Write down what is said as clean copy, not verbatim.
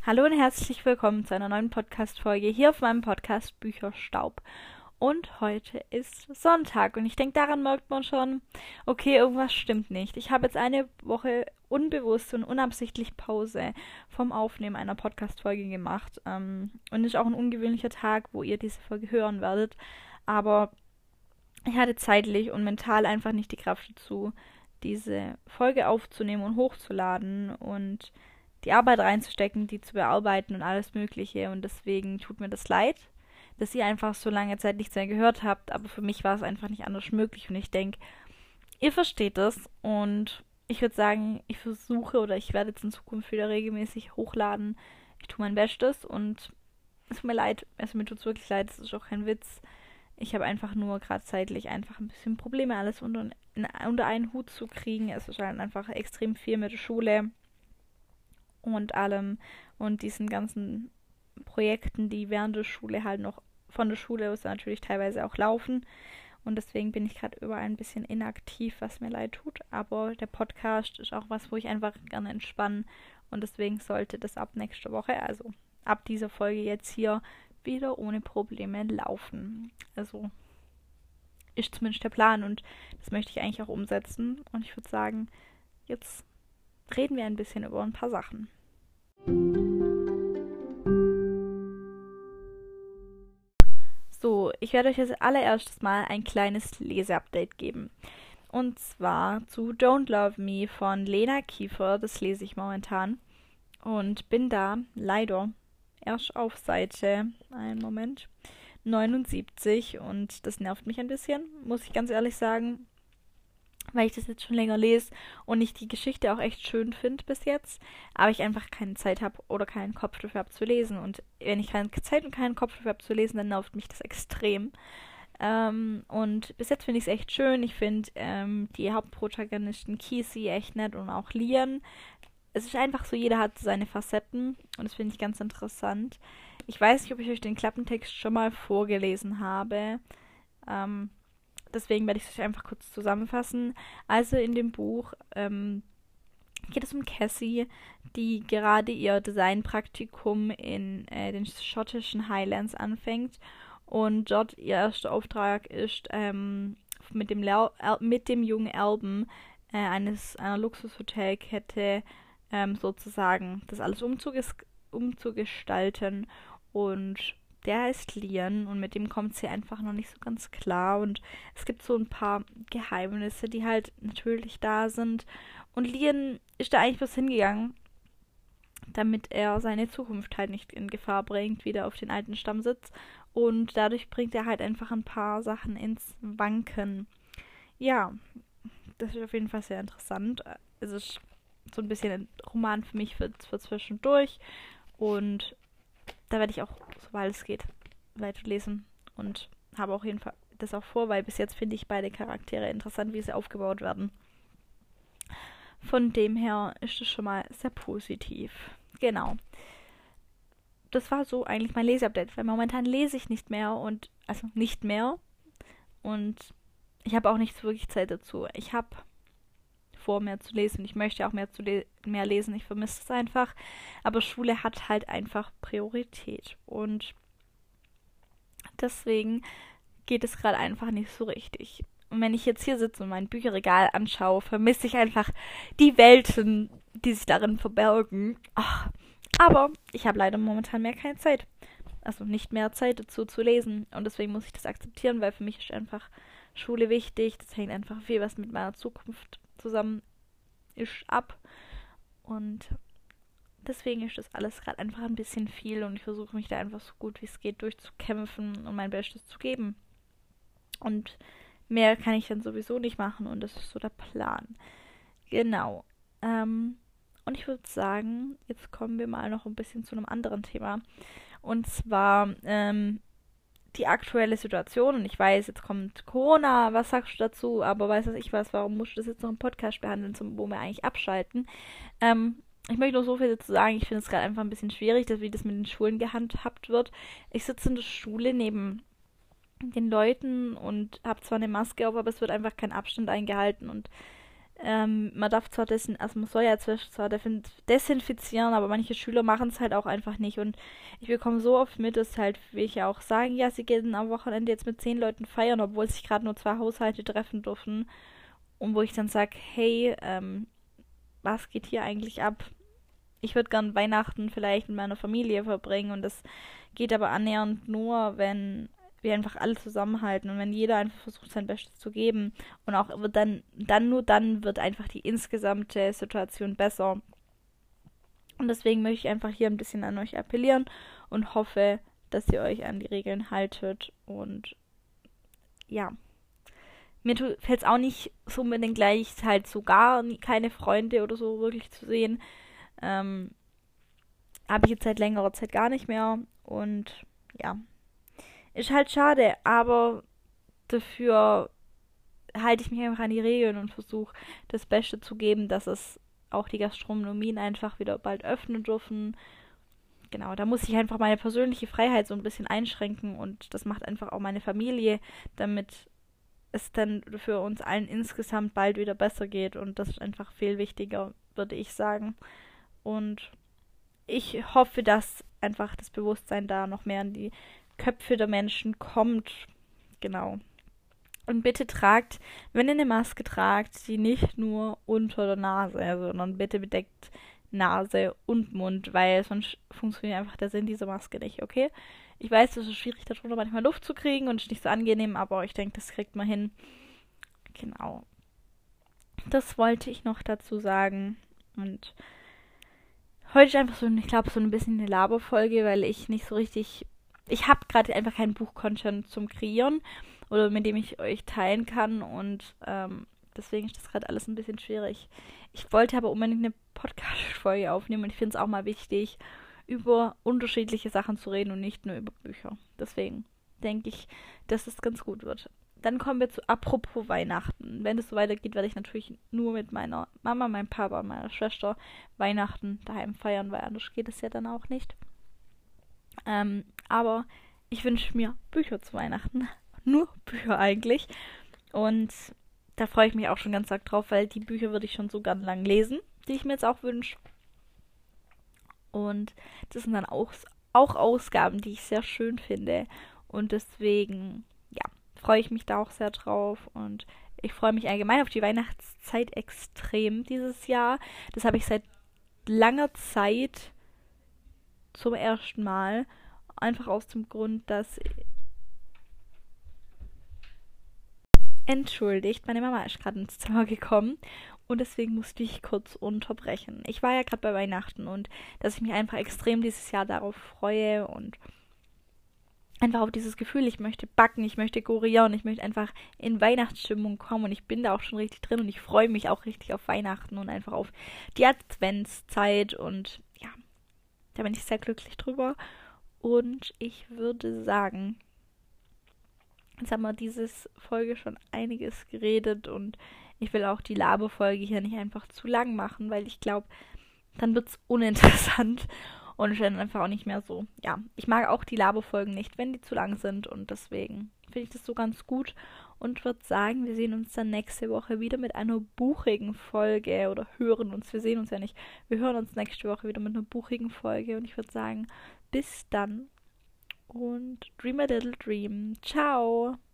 Hallo und herzlich willkommen zu einer neuen Podcast-Folge hier auf meinem Podcast Bücherstaub. Und heute ist Sonntag und ich denke, daran merkt man schon, okay, irgendwas stimmt nicht. Ich habe jetzt eine Woche unbewusst und unabsichtlich Pause vom Aufnehmen einer Podcast-Folge gemacht. Und ist auch ein ungewöhnlicher Tag, wo ihr diese Folge hören werdet. Aber ich hatte zeitlich und mental einfach nicht die Kraft dazu, diese Folge aufzunehmen und hochzuladen und die Arbeit reinzustecken, die zu bearbeiten und alles Mögliche. Und deswegen tut mir das leid, dass ihr einfach so lange Zeit nichts mehr gehört habt. Aber für mich war es einfach nicht anders möglich. Und ich denke, ihr versteht das. Und ich würde sagen, ich versuche oder ich werde jetzt in Zukunft wieder regelmäßig hochladen. Ich tue mein Bestes und es tut mir leid. Also mir tut es wirklich leid. Es ist auch kein Witz. Ich habe einfach nur gerade zeitlich einfach ein bisschen Probleme, alles unter einen Hut zu kriegen. Es ist halt einfach extrem viel mit der Schule und allem und diesen ganzen Projekten, die während der Schule halt noch von der Schule aus natürlich teilweise auch laufen. Und deswegen bin ich gerade überall ein bisschen inaktiv, was mir leid tut. Aber der Podcast ist auch was, wo ich einfach gerne entspanne. Und deswegen sollte das ab nächster Woche, also ab dieser Folge jetzt hier, wieder ohne Probleme laufen. Also ist zumindest der Plan und das möchte ich eigentlich auch umsetzen. Und ich würde sagen, jetzt reden wir ein bisschen über ein paar Sachen. So, ich werde euch als allererstes mal ein kleines Leseupdate geben. Und zwar zu Don't Love Me von Lena Kiefer. Das lese ich momentan. Und bin da leider erst auf Seite, einen Moment, 79. Und das nervt mich ein bisschen, muss ich ganz ehrlich sagen, weil ich das jetzt schon länger lese und ich die Geschichte auch echt schön finde bis jetzt, aber ich einfach keine Zeit habe oder keinen Kopf dafür habe zu lesen. Und wenn ich keine Zeit und keinen Kopf dafür habe zu lesen, dann nervt mich das extrem. Und bis jetzt finde ich es echt schön. Ich finde die Hauptprotagonisten Casey echt nett und auch Lian. Es ist einfach so, jeder hat seine Facetten und das finde ich ganz interessant. Ich weiß nicht, ob ich euch den Klappentext schon mal vorgelesen habe. Deswegen werde ich es euch einfach kurz zusammenfassen. Also in dem Buch geht es um Cassie, die gerade ihr Designpraktikum in den schottischen Highlands anfängt. Und dort ihr erster Auftrag ist, mit dem jungen Alben einer Luxushotelkette sozusagen das alles umzugestalten. Und der heißt Lian und mit dem kommt sie einfach noch nicht so ganz klar. Und es gibt so ein paar Geheimnisse, die halt natürlich da sind. Und Lian ist da eigentlich was hingegangen, damit er seine Zukunft halt nicht in Gefahr bringt, wieder auf den alten Stammsitz. Und dadurch bringt er halt einfach ein paar Sachen ins Wanken. Ja, das ist auf jeden Fall sehr interessant. Es ist so ein bisschen ein Roman für mich für zwischendurch. Und da werde ich auch, sobald es geht, weiterlesen. Und habe auf jeden Fall das auch vor, weil bis jetzt finde ich beide Charaktere interessant, wie sie aufgebaut werden. Von dem her ist es schon mal sehr positiv. Genau. Das war so eigentlich mein Leseupdate, weil momentan lese ich nicht mehr und ich habe auch nicht so wirklich Zeit dazu. Ich habe vor, mehr zu lesen. Ich möchte auch mehr lesen. Ich vermisse es einfach. Aber Schule hat halt einfach Priorität. Und deswegen geht es gerade einfach nicht so richtig. Und wenn ich jetzt hier sitze und mein Bücherregal anschaue, vermisse ich einfach die Welten, die sich darin verbergen. Ach, aber ich habe leider momentan mehr keine Zeit. Also nicht mehr Zeit dazu zu lesen. Und deswegen muss ich das akzeptieren, weil für mich ist einfach Schule wichtig. Das hängt einfach viel, was mit meiner Zukunft zusammen ist, ab. Und deswegen ist das alles gerade einfach ein bisschen viel und ich versuche mich da einfach so gut wie es geht durchzukämpfen und mein Bestes zu geben. Und mehr kann ich dann sowieso nicht machen und das ist so der Plan. Genau. Und ich würde sagen, jetzt kommen wir mal noch ein bisschen zu einem anderen Thema. Und zwar die aktuelle Situation. Und ich weiß, jetzt kommt Corona, was sagst du dazu? Aber weiß was ich was, warum musst du das jetzt noch im Podcast behandeln, wo wir eigentlich abschalten? Ich möchte noch so viel dazu sagen. Ich finde es gerade einfach ein bisschen schwierig, wie das mit den Schulen gehandhabt wird. Ich sitze in der Schule neben den Leuten und habe zwar eine Maske auf, aber es wird einfach kein Abstand eingehalten und Man darf zwar also man soll ja zwar desinfizieren, aber manche Schüler machen es halt auch einfach nicht. Und ich bekomme so oft mit, dass halt welche auch sagen, ja, sie gehen am Wochenende jetzt mit 10 Leuten feiern, obwohl sich gerade nur 2 Haushalte treffen dürfen. Und wo ich dann sage, hey, was geht hier eigentlich ab? Ich würde gern Weihnachten vielleicht mit meiner Familie verbringen und das geht aber annähernd nur, wenn wir einfach alle zusammenhalten und wenn jeder einfach versucht, sein Bestes zu geben und auch wird nur dann wird einfach die insgesamte Situation besser. Und deswegen möchte ich einfach hier ein bisschen an euch appellieren und hoffe, dass ihr euch an die Regeln haltet und ja. Mir fällt es auch nicht so unbedingt gleich, halt so gar keine Freunde oder so wirklich zu sehen. Ähm, Habe ich jetzt seit längerer Zeit gar nicht mehr. Und ja, ist halt schade, aber dafür halte ich mich einfach an die Regeln und versuche das Beste zu geben, dass es auch die Gastronomien einfach wieder bald öffnen dürfen. Genau, da muss ich einfach meine persönliche Freiheit so ein bisschen einschränken und das macht einfach auch meine Familie, damit es dann für uns allen insgesamt bald wieder besser geht und das ist einfach viel wichtiger, würde ich sagen. Und ich hoffe, dass einfach das Bewusstsein da noch mehr in die Köpfe der Menschen kommt. Genau. Und bitte tragt, wenn ihr eine Maske tragt, die nicht nur unter der Nase, sondern bitte bedeckt Nase und Mund, weil sonst funktioniert einfach der Sinn dieser Maske nicht, okay? Ich weiß, es ist schwierig, darunter manchmal Luft zu kriegen und ist nicht so angenehm, aber ich denke, das kriegt man hin. Genau. Das wollte ich noch dazu sagen. Und heute ist einfach so, ich glaube, so ein bisschen eine Laberfolge, weil ich nicht so richtig. Ich habe gerade einfach keinen Buch-Content zum Kreieren oder mit dem ich euch teilen kann und deswegen ist das gerade alles ein bisschen schwierig. Ich wollte aber unbedingt eine Podcast-Folge aufnehmen und ich finde es auch mal wichtig, über unterschiedliche Sachen zu reden und nicht nur über Bücher. Deswegen denke ich, dass es ganz gut wird. Dann kommen wir zu apropos Weihnachten. Wenn es so weitergeht, werde ich natürlich nur mit meiner Mama, meinem Papa und meiner Schwester Weihnachten daheim feiern, weil anders geht es ja dann auch nicht. Aber ich wünsche mir Bücher zu Weihnachten. Nur Bücher eigentlich. Und da freue ich mich auch schon ganz arg drauf, weil die Bücher würde ich schon so ganz lang lesen, die ich mir jetzt auch wünsche. Und das sind dann auch Ausgaben, die ich sehr schön finde. Und deswegen, ja, freue ich mich da auch sehr drauf. Und ich freue mich allgemein auf die Weihnachtszeit extrem dieses Jahr. Das habe ich seit langer Zeit zum ersten Mal. Einfach aus dem Grund, dass entschuldigt, meine Mama ist gerade ins Zimmer gekommen und deswegen musste ich kurz unterbrechen. Ich war ja gerade bei Weihnachten und dass ich mich einfach extrem dieses Jahr darauf freue und einfach auf dieses Gefühl, ich möchte backen, ich möchte kurieren, ich möchte einfach in Weihnachtsstimmung kommen und ich bin da auch schon richtig drin und ich freue mich auch richtig auf Weihnachten und einfach auf die Adventszeit und ja, da bin ich sehr glücklich drüber und ich würde sagen, jetzt haben wir dieses Folge schon einiges geredet und ich will auch die Laberfolge hier nicht einfach zu lang machen, weil ich glaube, dann wird es uninteressant und dann einfach auch nicht mehr so. Ja, ich mag auch die Laberfolgen nicht, wenn die zu lang sind und deswegen finde ich das so ganz gut und würde sagen, wir sehen uns dann nächste Woche wieder mit einer buchigen Folge oder hören uns, wir sehen uns ja nicht, wir hören uns nächste Woche wieder mit einer buchigen Folge und ich würde sagen, bis dann und dream a little dream. Ciao!